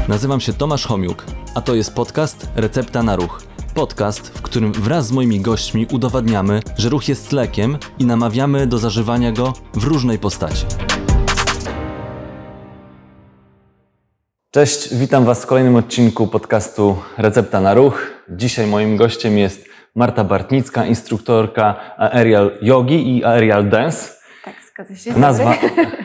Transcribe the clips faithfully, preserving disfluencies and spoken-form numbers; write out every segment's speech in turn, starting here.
Nazywam się Tomasz Homiuk, a to jest podcast Recepta na Ruch. Podcast, w którym wraz z moimi gośćmi udowadniamy, że ruch jest lekiem i namawiamy do zażywania go w różnej postaci. Cześć, witam Was w kolejnym odcinku podcastu Recepta na Ruch. Dzisiaj moim gościem jest Marta Bartnicka, instruktorka Aerial Yogi i Aerial Dance. Tak, zgadza się. Nazwa,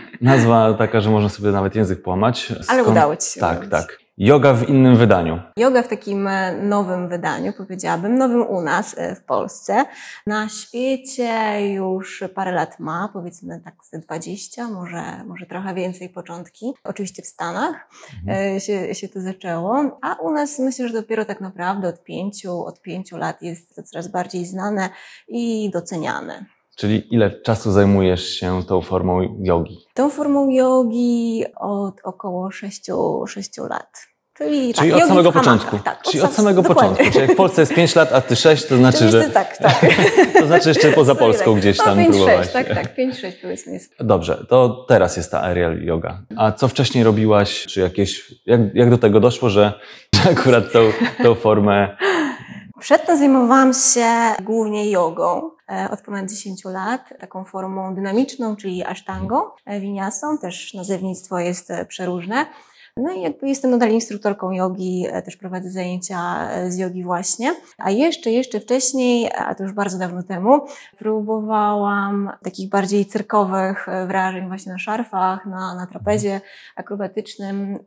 nazwa taka, że można sobie nawet język połamać. Skąd? Ale udało Ci się. Tak, udało tak. Yoga w innym wydaniu. Yoga w takim nowym wydaniu, powiedziałabym, nowym u nas w Polsce. Na świecie już parę lat ma, powiedzmy tak ze dwadzieścia, może, może trochę więcej początki. Oczywiście w Stanach mhm. się, się to zaczęło, a u nas myślę, że dopiero tak naprawdę od pięciu, od pięciu lat jest to coraz bardziej znane i doceniane. Czyli ile czasu zajmujesz się tą formą jogi? Tą formą jogi od około sześciu, sześciu lat. Czyli, Czyli tak, od samego początku. Tak, Czyli od, od samego dokładnie. początku. Czyli jak w Polsce jest pięć lat, a ty sześć, to znaczy, to że... Tak, tak. To znaczy jeszcze poza Polską gdzieś tam no, próbowałaś. Tak, tak, pięć sześć powiedzmy jest. Dobrze, to teraz jest ta aerial yoga. A co wcześniej robiłaś? Czy jakieś... Jak, jak do tego doszło, że, że akurat tą, tą formę... Przedtem zajmowałam się głównie jogą od ponad dziesięciu lat, taką formą dynamiczną, czyli asztangą, winiasą, też nazewnictwo jest przeróżne. No i jakby jestem nadal instruktorką jogi, też prowadzę zajęcia z jogi właśnie. A jeszcze, jeszcze wcześniej, a to już bardzo dawno temu, próbowałam takich bardziej cyrkowych wrażeń właśnie na szarfach, na, na trapezie akrobatycznym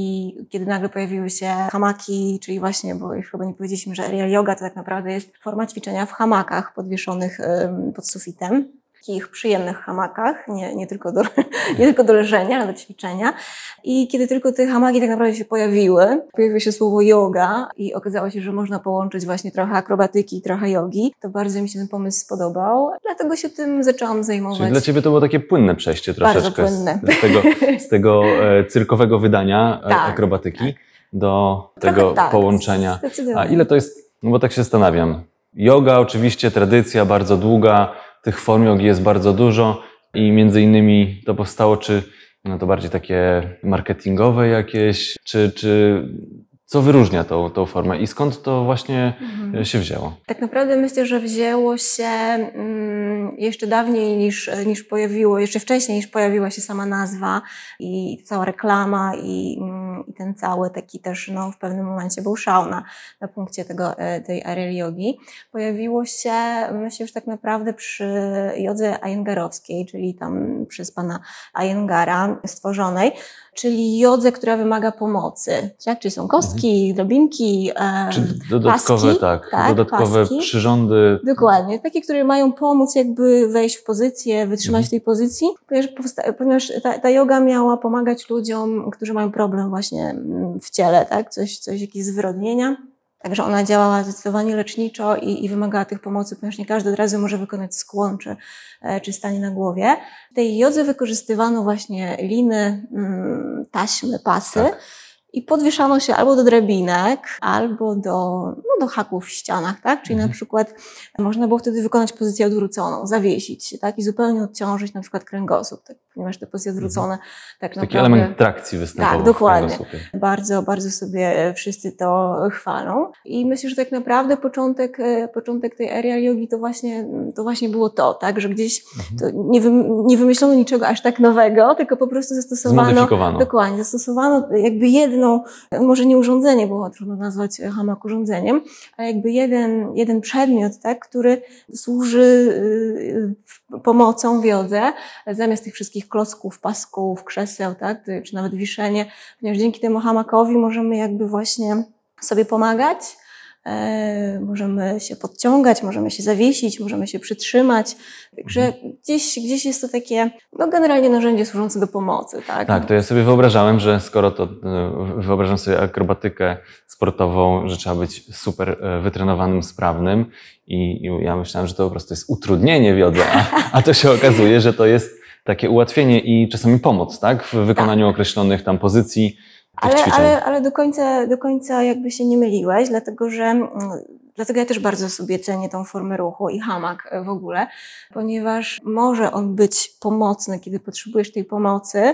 i kiedy nagle pojawiły się hamaki, czyli właśnie, bo już chyba nie powiedzieliśmy, że aerial yoga to tak naprawdę jest forma ćwiczenia w hamakach podwieszonych pod sufitem. Takich przyjemnych hamakach, nie, nie, tylko do, nie tylko do leżenia, ale do ćwiczenia. I kiedy tylko te hamaki tak naprawdę się pojawiły, pojawiło się słowo yoga i okazało się, że można połączyć właśnie trochę akrobatyki i trochę jogi, to bardzo mi się ten pomysł spodobał, dlatego się tym zaczęłam zajmować. Czyli dla Ciebie to było takie płynne przejście troszeczkę bardzo płynne. Z, z tego, z tego e, cyrkowego wydania tak, akrobatyki tak. do Trochę tego tak, połączenia. A ile to jest, no bo tak się zastanawiam, yoga oczywiście, tradycja bardzo długa, tych form jogi jest bardzo dużo i między innymi to powstało, czy no to bardziej takie marketingowe jakieś, czy, czy co wyróżnia tą, tą formę i skąd to właśnie mhm. się wzięło? Tak naprawdę myślę, że wzięło się mm, jeszcze dawniej niż, niż pojawiło, jeszcze wcześniej niż pojawiła się sama nazwa i cała reklama i, mm, i ten cały taki też no, w pewnym momencie był szał na, na punkcie tego, tej aerial jogi. Pojawiło się myślę już tak naprawdę przy jodze iyengarowskiej, czyli tam przez pana Iyengara stworzonej, czyli jodze, która wymaga pomocy. Tak? Czyli są kostki, mhm. drobinki, e, Czy dodatkowe, paski, tak, tak, dodatkowe paski. przyrządy. Dokładnie, takie, które mają pomóc jakby wejść w pozycję, wytrzymać mhm. w tej pozycji, ponieważ, ponieważ ta, ta joga miała pomagać ludziom, którzy mają problem właśnie w ciele, tak? Coś, coś jakieś zwyrodnienia. Także ona działała zdecydowanie leczniczo i, i wymagała tych pomocy, ponieważ nie każdy od razu może wykonać skłon czy, czy stanie na głowie. W tej jodze wykorzystywano właśnie liny, taśmy, pasy. Tak. I podwieszano się albo do drabinek, albo do, no, do haków w ścianach, tak? Czyli mhm. na przykład można było wtedy wykonać pozycję odwróconą, zawiesić się, tak? I zupełnie odciążyć na przykład kręgosłup, tak? Ponieważ te pozycje odwrócone mhm. tak Taki naprawdę... element trakcji występował. Tak, dokładnie. Bardzo, bardzo sobie wszyscy to chwalą. I myślę, że tak naprawdę początek, początek tej aerial jogi to właśnie, to właśnie było to, tak? Że gdzieś mhm. to nie, wy, nie wymyślono niczego aż tak nowego, tylko po prostu zastosowano... Zmodyfikowano. Dokładnie, zastosowano jakby jedno no, może nie urządzenie, bo trudno nazwać hamak urządzeniem, ale jakby jeden, jeden przedmiot, tak, który służy y, pomocą w jodze, zamiast tych wszystkich klocków, pasków, krzeseł, tak, czy nawet wiszenie, ponieważ dzięki temu hamakowi możemy jakby właśnie sobie pomagać, e, możemy się podciągać, możemy się zawiesić, możemy się przytrzymać, także gdzieś, gdzieś jest to takie, no generalnie narzędzie służące do pomocy, tak? Tak, to ja sobie wyobrażałem, że skoro to, wyobrażam sobie akrobatykę sportową, że trzeba być super wytrenowanym, sprawnym i, i ja myślałem, że to po prostu jest utrudnienie w jodze, a, a to się okazuje, że to jest takie ułatwienie i czasami pomoc, tak? W wykonaniu tak. określonych tam pozycji. Ale, ale, ale do końca, do końca jakby się nie myliłeś, dlatego że dlatego ja też bardzo sobie cenię tą formę ruchu i hamak w ogóle, ponieważ może on być pomocny, kiedy potrzebujesz tej pomocy,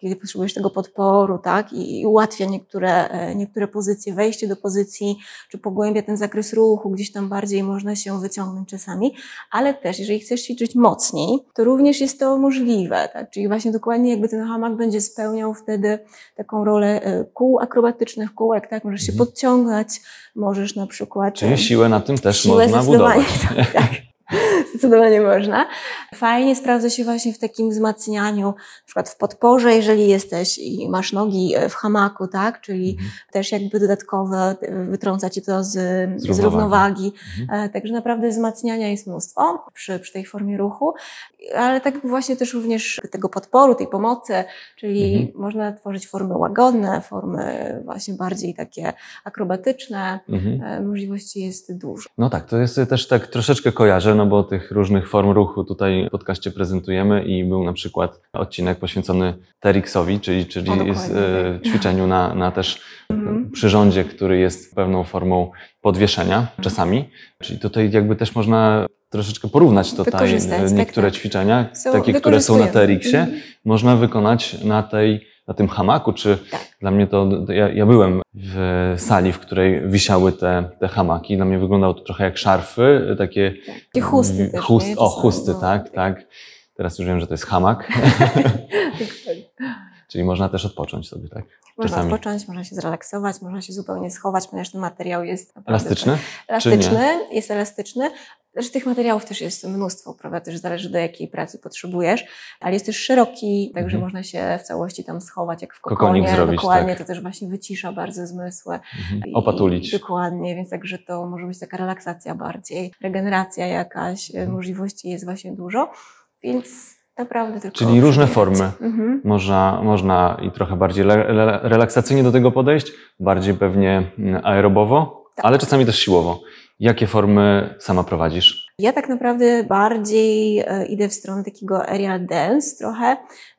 kiedy potrzebujesz tego podporu, tak, i, i ułatwia niektóre, niektóre pozycje, wejście do pozycji, czy pogłębia ten zakres ruchu, gdzieś tam bardziej można się wyciągnąć czasami, ale też jeżeli chcesz ćwiczyć mocniej, to również jest to możliwe, tak, czyli właśnie dokładnie jakby ten hamak będzie spełniał wtedy taką rolę kół akrobatycznych, kółek, tak, możesz się Mhm. podciągać, możesz na przykład... Czyli siłę na tym też siłę można zdecydowanie, budować. tak, tak. Zdecydowanie można. Fajnie sprawdza się właśnie w takim wzmacnianiu, na przykład w podporze, jeżeli jesteś i masz nogi w hamaku, tak, czyli Mhm. też jakby dodatkowe, wytrąca cię to z, Z z równowagi. Mhm. Także naprawdę wzmacniania jest mnóstwo przy, przy tej formie ruchu, ale tak właśnie też również tego podporu, tej pomocy, czyli Mhm. można tworzyć formy łagodne, formy właśnie bardziej takie akrobatyczne. Mhm. Możliwości jest dużo. No tak, to jest też tak troszeczkę kojarzę, no bo tych różnych form ruchu tutaj w podcaście prezentujemy i był na przykład odcinek poświęcony T R X-owi, czyli, czyli O, jest, dokładnie, e, tak. ćwiczeniu na, na też Mhm. przyrządzie, który jest pewną formą podwieszenia czasami. Czyli tutaj jakby też można troszeczkę porównać tutaj Wykorzystać, niektóre tak, tak. ćwiczenia, Są- takie, które są na T R X-ie, Mhm. można wykonać na tej, na tym hamaku, czy Tak. dla mnie to, ja, ja byłem w sali, w której wisiały te, te hamaki, dla mnie wyglądało to trochę jak szarfy, takie Takie chusty też, chust, nie? o Czasami, chusty, no, tak, tak. Teraz już wiem, że to jest hamak, Dokładnie. czyli można też odpocząć sobie, tak? Można Czasami. odpocząć, można się zrelaksować, można się zupełnie schować, ponieważ ten materiał jest naprawdę Elastyczny? elastyczny, jest elastyczny. Też tych materiałów też jest mnóstwo, prawda? Też zależy, do jakiej pracy potrzebujesz, ale jest też szeroki, także Mhm. można się w całości tam schować, jak w Kokonik kokonie. zrobić, Dokładnie, tak. to też właśnie wycisza bardzo zmysły. Mhm. I- Opatulić. Dokładnie, więc także to może być taka relaksacja bardziej, regeneracja jakaś, Mhm. możliwości jest właśnie dużo, więc naprawdę tylko... Czyli różne przebierać. formy. Mhm. Można, można i trochę bardziej le, le, relaksacyjnie do tego podejść, bardziej pewnie mm, aerobowo, Tak. ale czasami też siłowo. Jakie formy sama prowadzisz? Ja tak naprawdę bardziej e, idę w stronę takiego aerial dance trochę,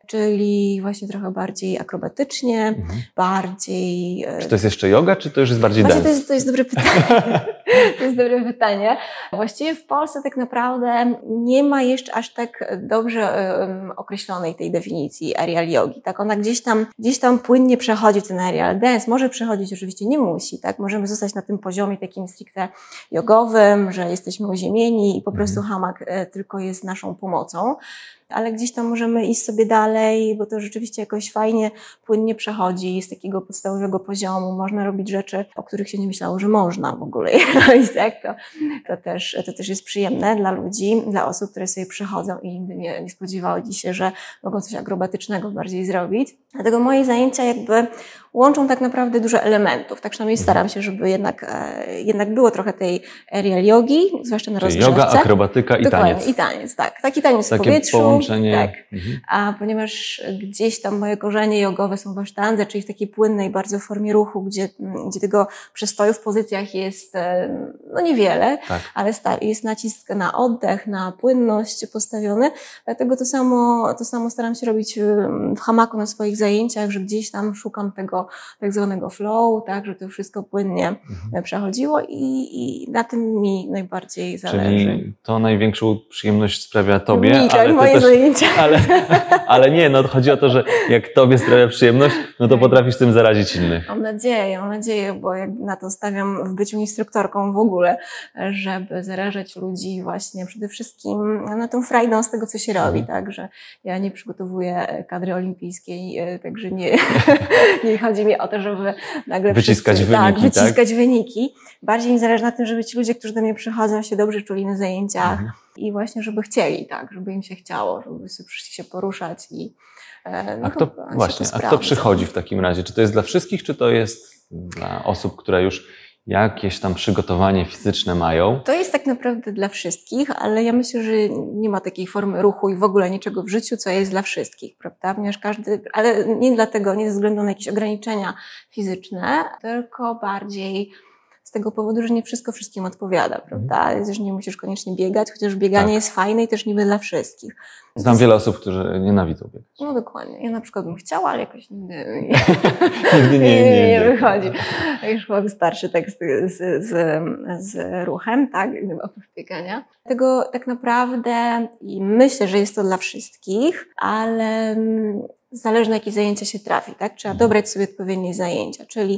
czyli właśnie trochę bardziej akrobatycznie, Mhm. bardziej... e, Czy to jest jeszcze yoga, czy to już jest bardziej Właśnie to dance? jest, to jest dobre pytanie. To jest dobre pytanie. Właściwie w Polsce tak naprawdę nie ma jeszcze aż tak dobrze um, określonej tej definicji aerial yogi. Tak, ona gdzieś tam, gdzieś tam płynnie przechodzi w ten aerial dance. Może przechodzić, oczywiście nie musi, tak? Możemy zostać na tym poziomie takim stricte jogowym, że jesteśmy uziemieni i po prostu Mhm. hamak e, tylko jest naszą pomocą. Ale gdzieś tam możemy iść sobie dalej, bo to rzeczywiście jakoś fajnie, płynnie przechodzi z takiego podstawowego poziomu. Można robić rzeczy, o których się nie myślało, że można w ogóle robić, tak? To, to, też, to też jest przyjemne dla ludzi, dla osób, które sobie przychodzą i nigdy nie, nie spodziewały się, że mogą coś akrobatycznego bardziej zrobić. Dlatego moje zajęcia jakby łączą tak naprawdę dużo elementów. Tak przynajmniej staram się, żeby jednak, e, jednak było trochę tej aerial yogi, zwłaszcza na Czyli rozgrzewce. yoga, akrobatyka i Dokładnie, taniec. i taniec, tak. Taki taniec w Takie powietrzu. połączenie. Tak. Mhm. A ponieważ gdzieś tam moje korzenie jogowe są w asztandze, czyli w takiej płynnej bardzo formie ruchu, gdzie, gdzie tego przestoju w pozycjach jest e, no niewiele, Tak. ale sta- jest nacisk na oddech, na płynność postawiony. Dlatego to samo, to samo staram się robić w hamaku na swoich zajęciach, że gdzieś tam szukam tego tak zwanego flow, tak, że to wszystko płynnie Mhm. przechodziło i, i na tym mi najbardziej zależy. Czyli to największą przyjemność sprawia tobie, Mi, tak, ale ty moje też, zajęcia. ale, ale nie, no chodzi o to, że jak tobie sprawia przyjemność, no to Tak. potrafisz tym zarazić innych. Mam nadzieję, mam nadzieję, bo jakby na to stawiam w byciu instruktorką w ogóle, żeby zarażać ludzi właśnie przede wszystkim na tą frajdą z tego, co się robi, Mhm. tak, że ja nie przygotowuję kadry olimpijskiej, także nie, nie chodzi mi o to, żeby nagle Wyciskać wszyscy, wyniki, tak, tak? wyciskać wyniki. Bardziej mi zależy na tym, żeby ci ludzie, którzy do mnie przychodzą, się dobrze czuli na zajęciach Mhm. i właśnie, żeby chcieli, tak, żeby im się chciało, żeby sobie przyszli się poruszać i e, no A kto, to się właśnie, to a kto sprawdza. przychodzi w takim razie? Czy to jest dla wszystkich, czy to jest dla osób, które już jakieś tam przygotowanie fizyczne mają? To jest tak naprawdę dla wszystkich, ale ja myślę, że nie ma takiej formy ruchu i w ogóle niczego w życiu, co jest dla wszystkich, prawda? Ponieważ każdy, ale nie dlatego, nie ze względu na jakieś ograniczenia fizyczne, tylko bardziej z tego powodu, że nie wszystko wszystkim odpowiada, prawda? Też nie musisz koniecznie biegać, chociaż bieganie Tak. jest fajne i też niby dla wszystkich. Znam wiele osób, które nienawidzą biegać. No dokładnie. Ja na przykład bym chciała, ale jakoś nigdy nie, Nigdy nie, nie, nie nie. wychodzi. Już chyba wystarczy tak z, z, z, z ruchem, tak, oprócz biegania. Dlatego tak naprawdę i myślę, że jest to dla wszystkich, ale zależy na jakie zajęcia się trafi, tak? Trzeba dobrać sobie odpowiednie zajęcia, czyli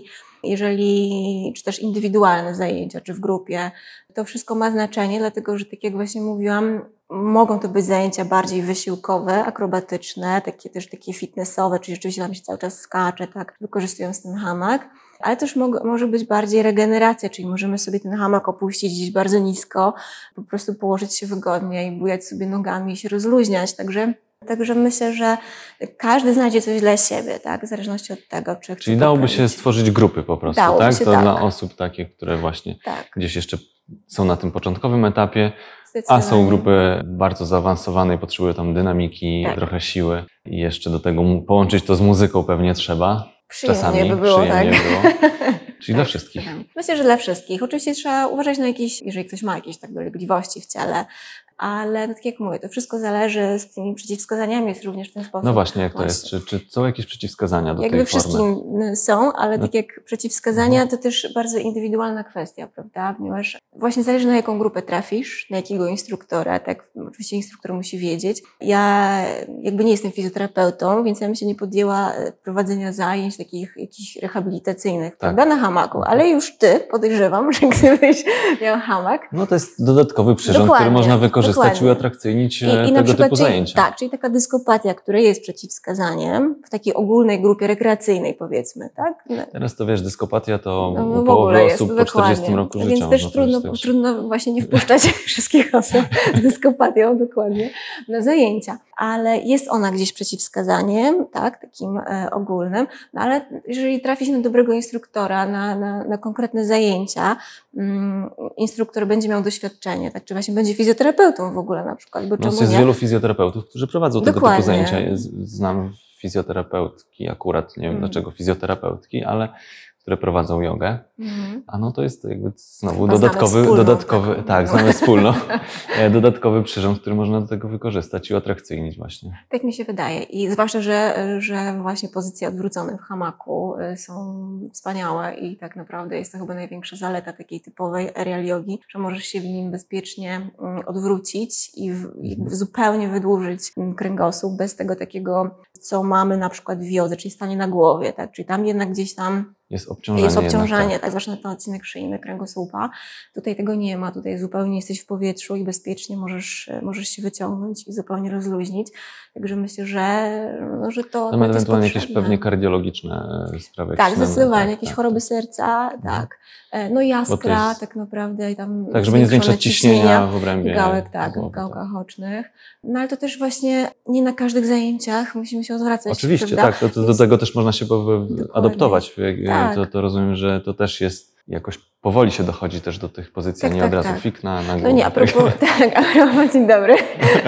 jeżeli, czy też indywidualne zajęcia, czy w grupie, to wszystko ma znaczenie, dlatego że tak jak właśnie mówiłam, mogą to być zajęcia bardziej wysiłkowe, akrobatyczne, takie też takie fitnessowe, czyli rzeczywiście tam się cały czas skacze, tak, wykorzystując ten hamak, ale też mo- może być bardziej regeneracja, czyli możemy sobie ten hamak opuścić gdzieś bardzo nisko, po prostu położyć się wygodnie i bujać sobie nogami i się rozluźniać, także Także myślę, że każdy znajdzie coś dla siebie, tak? W zależności od tego, czy chce Czyli dałoby poprawić. się stworzyć grupy po prostu, Dałoby tak? się, To tak. dla osób takie, które właśnie Tak, gdzieś jeszcze są na tym początkowym etapie, a zdecydowanie. są grupy bardzo zaawansowane i potrzebują tam dynamiki, Tak. trochę siły i jeszcze do tego mu- połączyć to z muzyką pewnie trzeba. Przyjemnie Czasami by było, przyjemnie tak. było. Czyli dla Tak, wszystkich. zdecydowanie. Myślę, że dla wszystkich. Oczywiście trzeba uważać na jakieś, jeżeli ktoś ma jakieś tak dolegliwości w ciele, ale no, tak jak mówię, to wszystko zależy, z tymi przeciwwskazaniami jest również w ten sposób. No właśnie, jak to Właśnie. jest? Czy, czy są jakieś przeciwwskazania do Jakby tej formy? wszystkim są, ale No. tak jak przeciwwskazania, to też bardzo indywidualna kwestia, prawda? Ponieważ właśnie zależy, na jaką grupę trafisz, na jakiego instruktora, tak? Oczywiście instruktor musi wiedzieć. Ja jakby nie jestem fizjoterapeutą, więc ja bym się nie podjęła prowadzenia zajęć takich jakichś rehabilitacyjnych, prawda? Na hamaku, ale już ty, podejrzewam, że gdybyś miał hamak, No to jest dodatkowy przyrząd, Dokładnie, który można wykorzystać dokładnie. i uatrakcyjnić I, e, i na tego przykład, typu czyli, zajęcia. tak, czyli taka dyskopatia, która jest przeciwwskazaniem w takiej ogólnej grupie rekreacyjnej, powiedzmy, tak? No, Teraz to wiesz, dyskopatia to no, u w ogóle połowy jest, osób po dokładnie. czterdziestym roku życia. Więc też można trudno, korzystać. trudno właśnie nie wpuszczać wszystkich osób z dyskopatią dokładnie na zajęcia. Ale jest ona gdzieś przeciwwskazaniem, tak, takim e, ogólnym, no ale jeżeli trafi się na dobrego instruktora, na, na, na konkretne zajęcia, mm, instruktor będzie miał doświadczenie, tak, czy właśnie będzie fizjoterapeutą w ogóle na przykład, bo No, czemu jest nie? wielu fizjoterapeutów, którzy prowadzą tego Dokładnie. typu zajęcia. Z- Znam fizjoterapeutki, akurat nie wiem Mm. dlaczego fizjoterapeutki, ale które prowadzą jogę. Mhm. A no to jest jakby znowu Chyba znamy dodatkowy, wspólną dodatkowy, taką. tak, znamy wspólną, e, dodatkowy przyrząd, który można do tego wykorzystać i uatrakcyjnić właśnie. Tak mi się wydaje. I zwłaszcza, że, że właśnie pozycje odwrócone w hamaku y, są wspaniałe i tak naprawdę jest to chyba największa zaleta takiej typowej aerial jogi, że możesz się w nim bezpiecznie mm, odwrócić i w, jakby zupełnie wydłużyć mm, kręgosłup bez tego takiego, co mamy na przykład w jodze, czyli stanie na głowie, tak? Czyli tam jednak gdzieś tam Jest obciążenie. jest obciążenie, jednak, tak, zwłaszcza na ten odcinek szyjny kręgosłupa. Tutaj tego nie ma, tutaj zupełnie jesteś w powietrzu i bezpiecznie możesz, możesz się wyciągnąć i zupełnie rozluźnić. Także myślę, że, no, że to, Tam to jest ewentualnie jakieś potrzebne. pewnie kardiologiczne e, sprawy. Tak, jakieś tam- zdecydowanie. tak, Jakieś tak, choroby tak. serca, tak. E, No jaskra Bo to jest- tak naprawdę i tam Tak, żeby nie zwiększone zwiększać ciśnienia w obrębie gałek, tak, w głowy, gałkach ocznych. No ale to też właśnie nie na każdych zajęciach musimy się odwracać. Oczywiście, prawda? tak, to, to do Więc- tego też można się po- adoptować. Jak- Tak. To, to rozumiem, że to też jest jakoś powoli się dochodzi też do tych pozycji, Tak, a nie tak, od razu tak. fik na, na głowę. No nie, a tak? propos, tak, a propos, dzień dobry.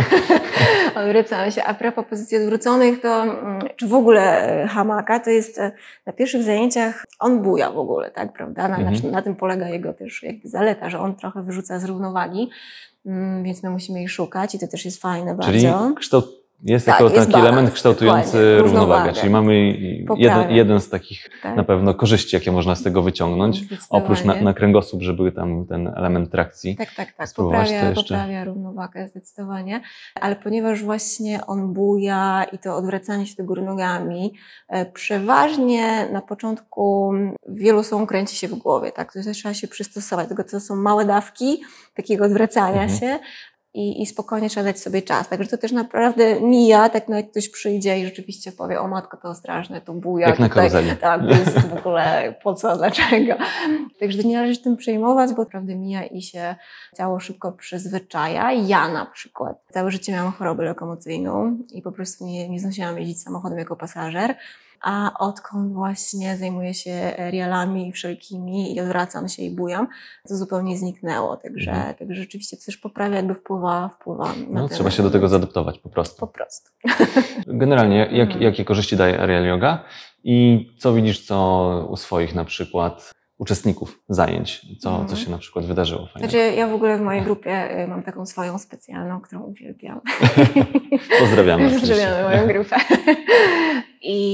Odwracamy się. A propos pozycji odwróconych, to mm, czy w ogóle e, hamaka, to jest e, na pierwszych zajęciach, on buja w ogóle, tak, prawda? Na, Mhm. na, na tym polega jego też jakby zaleta, że on trochę wyrzuca z równowagi, mm, więc my musimy jej szukać i to też jest fajne Czyli bardzo. kształt, jest Tak, jako jest taki balans, element kształtujący dokładnie, równowagę. równowagę. Czyli mamy jeden, Poprawia. jeden z takich Tak. na pewno korzyści, jakie można z tego wyciągnąć. Zdecydowanie. Oprócz na, na kręgosłup, że był tam ten element trakcji. Tak, tak, tak. Spróbować Poprawia, to jeszcze? poprawia równowagę zdecydowanie. Ale ponieważ właśnie on buja i to odwracanie się do góry nogami, e, przeważnie na początku wielu osobom kręci się w głowie, tak? To jest, trzeba się przystosować. Tylko to są małe dawki takiego odwracania Mhm. się. I, I spokojnie trzeba dać sobie czas. Także to też naprawdę mija, tak no jak ktoś przyjdzie i rzeczywiście powie, o matko, to straszne, to buja. Jak na tutaj, karuzeli. tak, to jest w ogóle po co, dlaczego. Także nie należy się tym przejmować, bo naprawdę mija i się ciało szybko przyzwyczaja. Ja na przykład całe życie miałam chorobę lokomocyjną i po prostu nie, nie znosiłam jeździć samochodem jako pasażer. A odkąd właśnie zajmuję się realami wszelkimi i odwracam się i bujam, to zupełnie zniknęło. Także, Mhm. także rzeczywiście to też poprawia, jakby wpływa, wpływa na No, ten trzeba się do tego zaadaptować po prostu. Po prostu. Generalnie, jak, Mhm. jakie korzyści daje aerial yoga i co widzisz, co u swoich na przykład uczestników zajęć, co, Mhm. co się na przykład wydarzyło fajnego? Znaczy ja w ogóle w mojej grupie y, mam taką swoją specjalną, którą uwielbiam. Pozdrawiamy. Pozdrawiamy oczywiście. moją grupę. I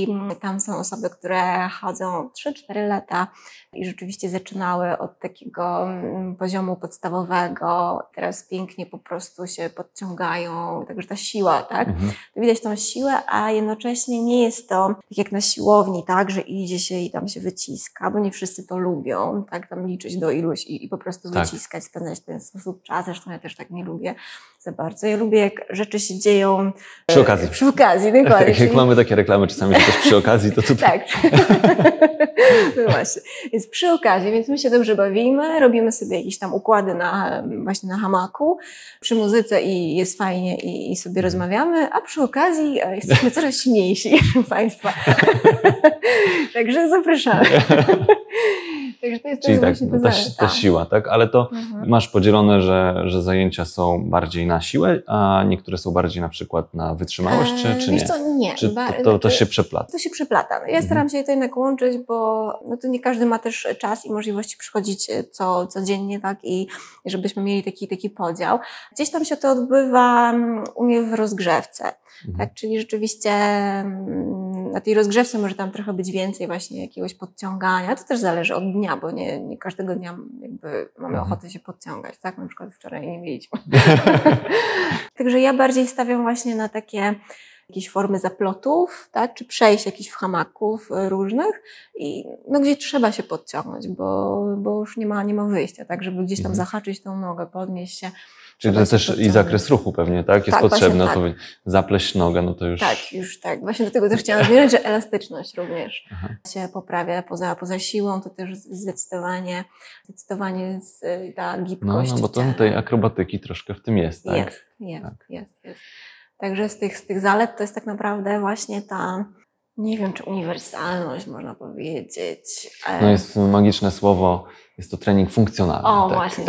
tam są osoby, które chodzą trzy cztery lata i rzeczywiście zaczynały od takiego mm, poziomu podstawowego, teraz pięknie po prostu się podciągają, także ta siła, tak? Mhm. Widać tą siłę, a jednocześnie nie jest to tak jak na siłowni, tak, że idzie się i tam się wyciska, bo nie wszyscy to lubią, tak, tam liczyć do iluś i, i po prostu Tak. wyciskać, spędzać w ten sposób czas, zresztą ja też tak nie lubię za bardzo. Ja lubię, jak rzeczy się dzieją Przy okazji. Przy okazji, dokładnie. Jak czyli- mamy takie reklamy czasami, że też przy okazji, to tutaj... Tak. No właśnie. Więc przy okazji, więc my się dobrze bawimy, robimy sobie jakieś tam układy na, właśnie na hamaku, przy muzyce i jest fajnie i, i sobie rozmawiamy, a przy okazji e, jesteśmy coraz silniejsi, proszę Państwa. Także zapraszamy. Także to jest, to Czyli jest tak, właśnie no, to ta, za- ta tak. siła, tak? Ale to Mhm. masz podzielone, że, że zajęcia są bardziej na siłę, a niektóre są bardziej na przykład na wytrzymałość, czy, czy Wiesz nie? co, nie. Czy Ba- to, to, to znaczy- się przeplata? To się przeplata. No, ja staram się to jednak łączyć, bo no to nie każdy ma też czas i możliwości przychodzić co, codziennie, tak, i i żebyśmy mieli taki, taki podział. Gdzieś tam się to odbywa mm, u mnie w rozgrzewce, Mhm. tak, czyli rzeczywiście mm, na tej rozgrzewce może tam trochę być więcej właśnie jakiegoś podciągania. To też zależy od dnia, bo nie, nie każdego dnia jakby mamy Mhm. ochotę się podciągać, tak, na przykład wczoraj nie mieliśmy. Także ja bardziej stawiam właśnie na takie jakieś formy zaplotów, tak, czy przejść jakichś w hamaków y, różnych i no gdzie trzeba się podciągnąć, bo, bo już nie ma, nie ma wyjścia, tak, żeby gdzieś tam Mhm. zahaczyć tą nogę, podnieść się. Czyli trzeba to się też i podciągnąć. zakres ruchu pewnie, tak? Jest Tak, potrzebny. właśnie To zapleść nogę, no to już... Tak, już tak. Właśnie do tego też chciałam zmierzyć, że elastyczność również Aha. się poprawia poza, poza siłą, to też zdecydowanie, zdecydowanie z, ta No, gibkość no bo w to ciele. tej akrobatyki troszkę w tym jest, tak? Jest, jest, Tak. jest, jest. Także z tych, z tych zalet to jest tak naprawdę właśnie ta, nie wiem, czy uniwersalność można powiedzieć. e, No jest magiczne słowo, jest to trening funkcjonalny. O, tak? właśnie.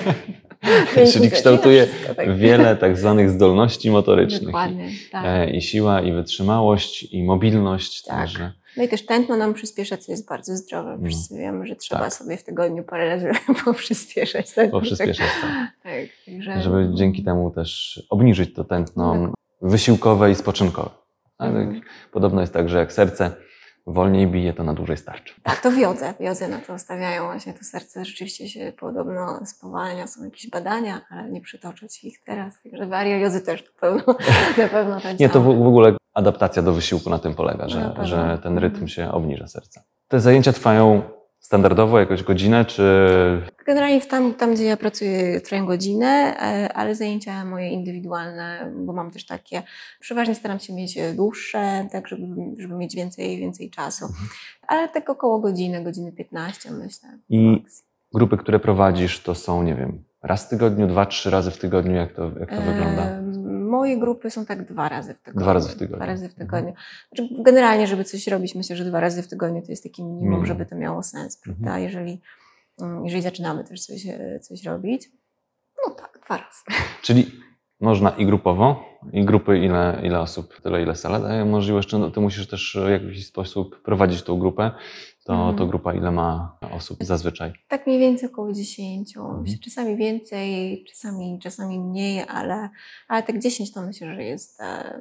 Czyli kształtuje Wszystko, tak. wiele tak zwanych zdolności motorycznych. Dokładnie, tak. E, I siła, i wytrzymałość, i mobilność. Tak. Także No i też tętno nam przyspiesza, co jest bardzo zdrowe. No. Wszyscy wiemy, że trzeba Tak. sobie w tygodniu parę razy poprzyspieszać. Tak? poprzyspieszać, tak. Tak, także... Żeby dzięki temu też obniżyć to tętno Dokładnie. wysiłkowe i spoczynkowe. Ale Mhm. podobno jest tak, że jak serce wolniej bije, to na dłużej starczy. Tak, to w jodze. W jodze na to stawiają właśnie to serce. Rzeczywiście się podobno spowalnia. Są jakieś badania, ale nie przytoczę Ci ich teraz. Także waria jodzy też na pewno, na pewno tak Nie, to w, działa. w ogóle adaptacja do wysiłku na tym polega, Na że, pewno. że ten rytm Mhm. się obniża serca. Te zajęcia trwają standardowo jakąś godzinę, czy... Generalnie w tam, tam, gdzie ja pracuję, trwają godzinę, e, ale zajęcia moje indywidualne, bo mam też takie, przeważnie staram się mieć dłuższe, tak żeby, żeby mieć więcej, więcej czasu. Ale tak około godziny, godziny piętnaście myślę. I maks. grupy, które prowadzisz, to są, nie wiem, raz w tygodniu, dwa, trzy razy w tygodniu, jak to, jak to wygląda? E, Moje grupy są tak dwa razy w tygodniu. Dwa razy w tygodniu. Dwa razy w tygodniu. Znaczy, generalnie, żeby coś robić, myślę, że dwa razy w tygodniu to jest taki minimum, Minimum. żeby to miało sens, prawda? Mhm. Jeżeli, mm, jeżeli zaczynamy też coś, e, coś robić, no tak, dwa razy. Czyli można i grupowo, i grupy, ile, ile osób, tyle ile sala daje możliwość, czy no, ty musisz też w jakiś sposób prowadzić tą grupę, to, Mhm. to grupa ile ma osób zazwyczaj? Tak mniej więcej około dziesięciu. Mhm. Czasami więcej, czasami, czasami mniej, ale, ale tak dziesięć to myślę, że jest, e,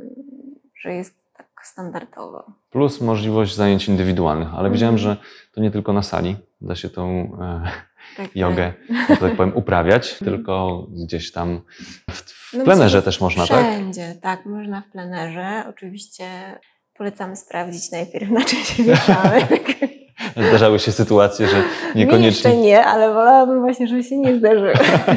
że jest tak standardowo. Plus możliwość zajęć indywidualnych, ale widziałem, Mhm. że to nie tylko na sali da się tą e, Tak, jogę, że tak powiem, uprawiać, Mhm. tylko gdzieś tam w, w No plenerze myślę, że też można, tak? Wszędzie, tak, można w plenerze. Oczywiście polecamy sprawdzić najpierw, na czym się wieszamy. Zdarzały się sytuacje, że Mi jeszcze niekoniecznie... nie, ale wolałabym właśnie, żeby się nie zdarzyło.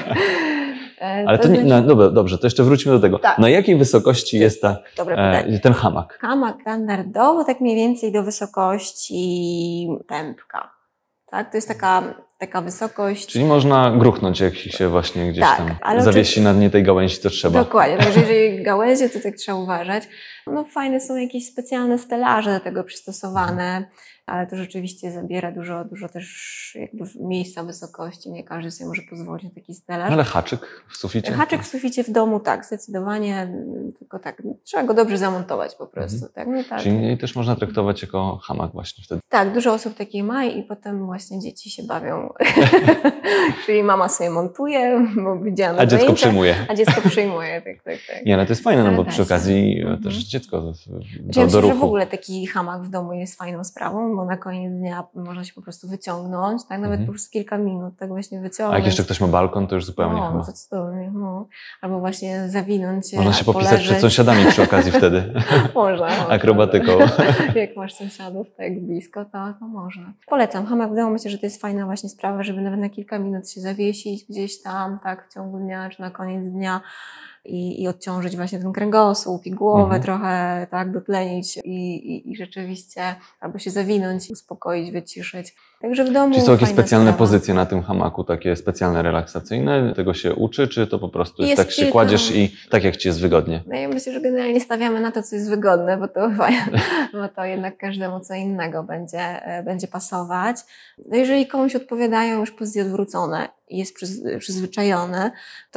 E, Ale to nie, znaczy- no, dobra, dobrze, to jeszcze wróćmy do tego. Tak. Na jakiej wysokości jest ta, Dobre pytanie. e, ten hamak? Hamak standardowo tak mniej więcej do wysokości pępka. Tak? To jest taka, taka wysokość. Czyli można gruchnąć, jak się właśnie gdzieś Tak, tam ale zawiesi oczywiście- na dnie tej gałęzi, to trzeba. Dokładnie, także jeżeli gałęzie, to tak trzeba uważać. No fajne są jakieś specjalne stelaże do tego przystosowane, ale to rzeczywiście zabiera dużo, dużo też jakby miejsca, wysokości. Nie każdy sobie może pozwolić na taki stelaż. Ale haczyk w suficie? Haczyk w suficie w domu, tak, zdecydowanie, tylko tak, trzeba go dobrze zamontować po prostu. Tak, no tak. Czyli też można traktować jako hamak właśnie wtedy. Tak, dużo osób takie ma i potem właśnie właśnie dzieci się bawią. Czyli mama sobie montuje, bo widziałam A dziecko zajęcia, przyjmuje. A dziecko przyjmuje, tak, tak, tak. Nie, ale to jest fajne, no bo Ale przy da się. okazji Mhm. też dziecko do, Ja do myślę, ruchu. że w ogóle taki hamak w domu jest fajną sprawą, bo na koniec dnia można się po prostu wyciągnąć, tak? Nawet Mhm. po prostu kilka minut tak właśnie wyciągnąć. A jak jeszcze ktoś ma balkon, to już zupełnie no, chyba. No, to cudownie, no. Albo właśnie zawinąć się, Można się popisać poleżeć. przed sąsiadami przy okazji wtedy. Można, można. Akrobatyką. Jak masz sąsiadów tak blisko, to, to można. Polecam. Hamak w domu, myślę, że to jest fajna właśnie sprawa, żeby nawet na kilka minut się zawiesić gdzieś tam, tak, w ciągu dnia, czy na koniec dnia i, i odciążyć właśnie ten kręgosłup i głowę Mhm. trochę, tak, dotlenić i, i, i rzeczywiście albo się zawinąć, uspokoić, wyciszyć. Także w domu Czy są jakieś fajna specjalne sprawa. pozycje na tym hamaku, takie specjalne, relaksacyjne? Tego się uczy, czy to po prostu jest, Jest tak się kilka- kładziesz i tak jak ci jest wygodnie? No ja myślę, że generalnie stawiamy na to, co jest wygodne, bo to, bo to jednak każdemu co innego będzie, e, będzie pasować. No jeżeli komuś odpowiadają już pozycje odwrócone i jest przyz- przyzwyczajony,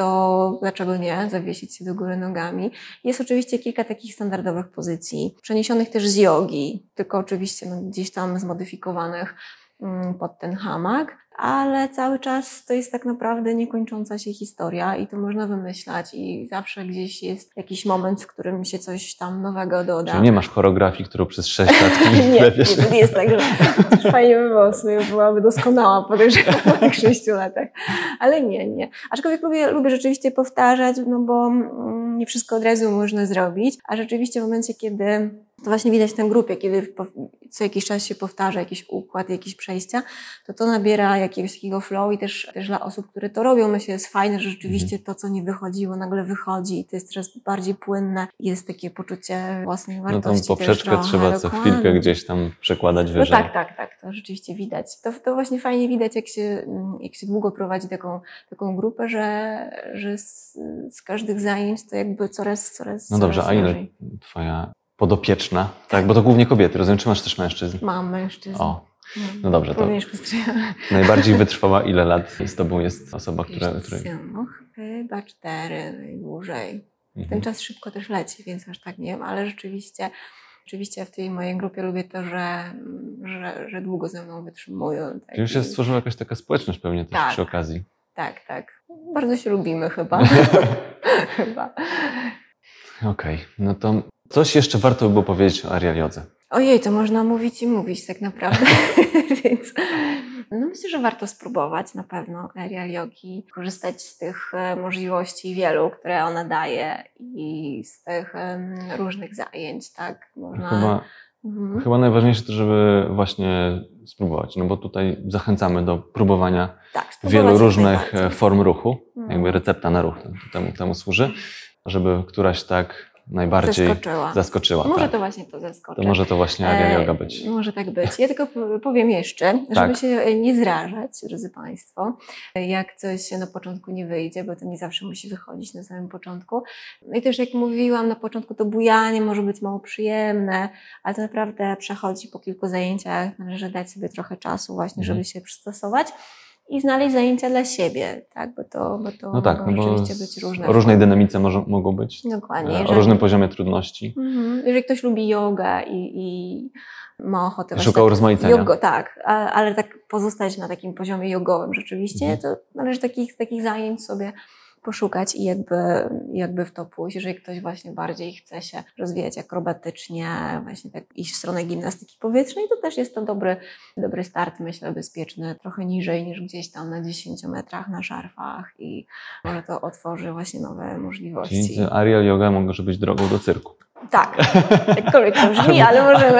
to dlaczego nie zawiesić się do góry nogami? Jest oczywiście kilka takich standardowych pozycji, przeniesionych też z jogi, tylko oczywiście no, gdzieś tam zmodyfikowanych mm, pod ten hamak, ale cały czas to jest tak naprawdę niekończąca się historia i to można wymyślać i zawsze gdzieś jest jakiś moment, w którym się coś tam nowego doda. Czyli nie masz choreografii, którą przez sześć lat nie, nie, klepiesz? to nie jest tak, że chociaż fajnie by było, w sumie byłaby doskonała, podejrzewam, po tych sześciu latach. Ale nie, nie. Aczkolwiek lubię, lubię rzeczywiście powtarzać, no bo mm, nie wszystko od razu można zrobić, a rzeczywiście w momencie, kiedy to właśnie widać w tej grupie, kiedy po- co jakiś czas się powtarza jakiś układ, jakieś przejścia, to to nabiera jakiegoś takiego flow i też, też dla osób, które to robią, myślę, jest fajne, że rzeczywiście to, co nie wychodziło, nagle wychodzi i to jest coraz bardziej płynne. Jest takie poczucie własnej No wartości. tą poprzeczkę też trochę, trzeba co dokładnie. chwilkę gdzieś tam przekładać No wyżej. tak, tak, tak, to rzeczywiście widać. To, to właśnie fajnie widać, jak się, jak się długo prowadzi taką, taką grupę, że, że z, z każdych zajęć to jakby coraz, coraz No dobrze, coraz a ile lżej. twoja podopieczna? Tak, bo to głównie kobiety, rozumiem, czy masz też mężczyzn? Mam mężczyzn. O, no dobrze, to Również postrzegam. najbardziej wytrwała ile lat z tobą jest osoba, która... która... No, chyba cztery najdłużej. Ten Mhm. czas szybko też leci, więc aż tak nie wiem, ale rzeczywiście, rzeczywiście w tej mojej grupie lubię to, że, że, że długo ze mną wytrzymują. Tak? Czyli już się stworzyła jakaś taka społeczność pewnie też Tak. przy okazji. Tak, tak. Bardzo się lubimy chyba. chyba. Okej, no to coś jeszcze warto by było powiedzieć o aerial jodze. Ojej, to można mówić i mówić tak naprawdę. Więc no myślę, że warto spróbować na pewno aerial jogi, korzystać z tych e, możliwości wielu, które ona daje i z tych em, różnych zajęć, tak? Można... Chyba, Mhm. chyba najważniejsze to, żeby właśnie spróbować, no bo tutaj zachęcamy do próbowania Tak, spróbować wielu jak różnych najbardziej. form ruchu. Mhm. Jakby recepta na ruch temu, temu służy, żeby któraś tak najbardziej Zaskoczyła. zaskoczyła. Może tak. to właśnie to zaskoczy. To może to właśnie aerial E, yoga być. Może tak być. Ja tylko p- powiem jeszcze, żeby Tak. się nie zrażać, drodzy Państwo, jak coś na początku nie wyjdzie, bo to nie zawsze musi wychodzić na samym początku. No i też jak mówiłam na początku, to bujanie może być mało przyjemne, ale to naprawdę przechodzi po kilku zajęciach. Należy dać sobie trochę czasu właśnie, Mhm. żeby się przystosować i znaleźć zajęcia dla siebie, tak? Bo to, bo to No tak, mogą no bo rzeczywiście być różne o różnej formy. dynamice może, mogą być, Dokładnie. e, o Jeżeli- różnym poziomie trudności. Mhm. Jeżeli ktoś lubi jogę i, i ma ochotę I właśnie szuka urozmaicenia. Jogo, tak, a- ale tak pozostać na takim poziomie jogowym rzeczywiście, Mhm. to należy takich, takich zajęć sobie poszukać i jakby, jakby w to pójść. Jeżeli ktoś właśnie bardziej chce się rozwijać akrobatycznie, właśnie tak iść w stronę gimnastyki powietrznej, to też jest to dobry, dobry start, myślę, bezpieczny, trochę niżej niż gdzieś tam na dziesięciu metrach na szarfach i może to otworzy właśnie nowe możliwości. Czyli aerial yoga może być drogą do cyrku. Tak, jakkolwiek to brzmi, ale możemy.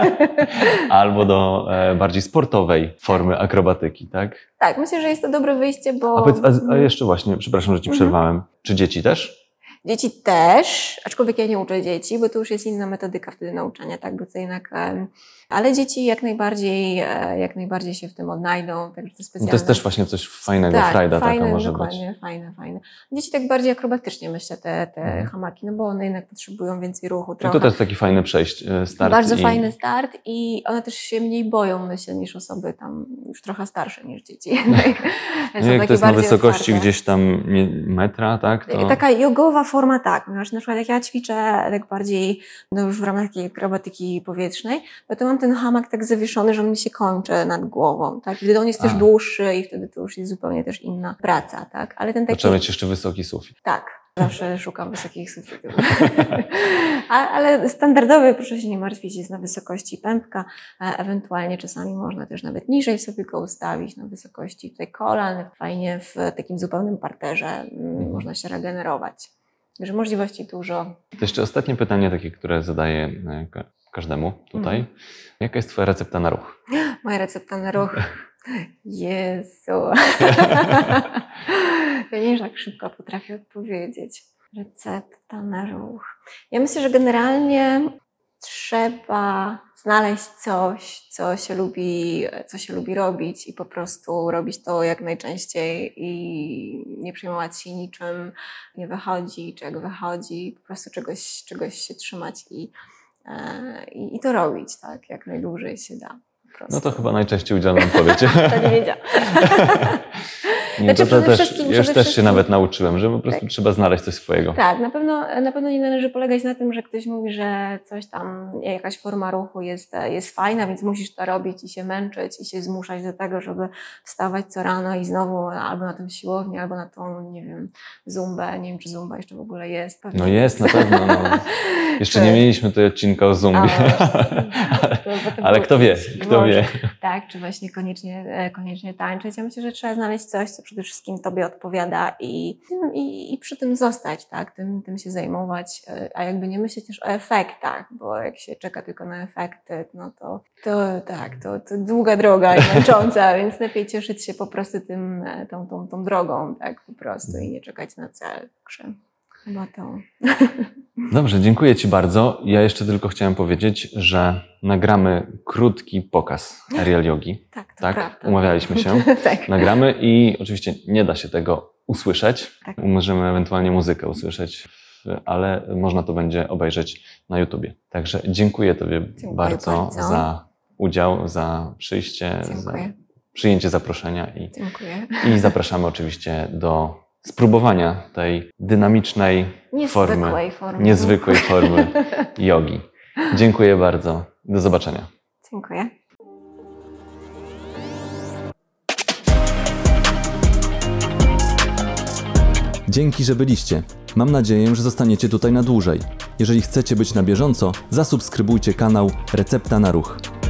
Albo do e, bardziej sportowej formy akrobatyki, tak? Tak, myślę, że jest to dobre wyjście, bo A, powiedz, a, a jeszcze właśnie, przepraszam, że ci Mhm. przerwałem. Czy dzieci też? dzieci też, aczkolwiek ja nie uczę dzieci, bo to już jest inna metodyka wtedy nauczania, tak, bo to jednak, em, ale dzieci jak najbardziej, e, jak najbardziej się w tym odnajdą, także to No specjalne. to jest też właśnie coś fajnego, tak, frajda fajne, taka może dokładnie, być. fajne, fajne. Dzieci tak bardziej akrobatycznie myślę te, te Mhm. hamaki, no bo one jednak potrzebują więcej ruchu Czyli trochę. to też taki fajny przejść, e, start. Bardzo i... fajny start i one też się mniej boją, myślę, niż osoby tam już trochę starsze niż dzieci. Są Nie, jak takie to jest na bardziej wysokości otwarte. gdzieś tam nie- metra, tak? To... Taka jogowa forma tak, ponieważ na przykład jak ja ćwiczę tak bardziej no już w ramach takiej akrobatyki powietrznej, no to mam ten hamak tak zawieszony, że on mi się kończy nad głową, tak? I wtedy on jest A. też dłuższy i wtedy to już jest zupełnie też inna praca, tak? Ale ten taki... Trzeba mieć jeszcze wysoki sufit. Tak, zawsze szukam wysokich sufitów. A, ale standardowy, proszę się nie martwić, jest na wysokości pępka, e, ewentualnie czasami można też nawet niżej sobie go ustawić, na wysokości tutaj kolan, fajnie w takim zupełnym parterze mm, można się regenerować. Także możliwości dużo. To jeszcze ostatnie pytanie, takie, które zadaję e, ka- każdemu tutaj. Mhm. Jaka jest Twoja recepta na ruch? Moja recepta na ruch. Jezu. Ja nie wiem, że tak szybko potrafię odpowiedzieć. Recepta na ruch. Ja myślę, że generalnie trzeba znaleźć coś, co się lubi, co się lubi robić i po prostu robić to jak najczęściej i nie przejmować się niczym, nie wychodzi, czy jak wychodzi, po prostu czegoś, czegoś się trzymać i, e, i, i to robić, tak, jak najdłużej się da. Po prostu. No to chyba najczęściej udzielona odpowiedź. To nie wiedziałam. Nie, Znaczy, to, to przede też, wszystkim- ja już przede też się wszystkim- nawet nauczyłem, że po prostu Tak. trzeba znaleźć coś swojego. Tak, na pewno, na pewno nie należy polegać na tym, że ktoś mówi, że coś tam, jakaś forma ruchu jest, jest fajna, więc musisz to robić i się męczyć i się zmuszać do tego, żeby wstawać co rano i znowu albo na tą siłownię, albo na tą, nie wiem, zumbę. Nie wiem, czy zumba jeszcze w ogóle jest. Pewnie No jest, na pewno. No. Jeszcze Tak. nie mieliśmy tutaj odcinka o zumbie. A, to- bo to Ale było kto wie, kiedyś. kto Może. wie. Tak, czy właśnie koniecznie, e, koniecznie tańczyć. Ja myślę, że trzeba znaleźć coś, co przede wszystkim Tobie odpowiada i, i, i przy tym zostać, tak, tym, tym się zajmować, e, a jakby nie myśleć też o efektach, bo jak się czeka tylko na efekty, no to, to tak, to, to długa droga i męcząca, więc lepiej cieszyć się po prostu tym, e, tą, tą, tą drogą, tak, po prostu i nie czekać na cel. Także chyba to. Dobrze, dziękuję Ci bardzo. Ja jeszcze tylko chciałem powiedzieć, że nagramy krótki pokaz aerial jogi. Tak, to Tak? prawda. Umawialiśmy się. Tak. Nagramy i oczywiście nie da się tego usłyszeć. Tak. Możemy ewentualnie muzykę usłyszeć, w- ale można to będzie obejrzeć na YouTubie. Także dziękuję Tobie Dziękuję bardzo, bardzo. za udział, za przyjście, za Dziękuję. przyjęcie zaproszenia i, Dziękuję. i zapraszamy oczywiście do spróbowania tej dynamicznej formy, Niezwykłej formy. niezwykłej formy jogi. Dziękuję bardzo. Do zobaczenia. Dziękuję. Dzięki, że byliście. Mam nadzieję, że zostaniecie tutaj na dłużej. Jeżeli chcecie być na bieżąco, zasubskrybujcie kanał Recepta na Ruch.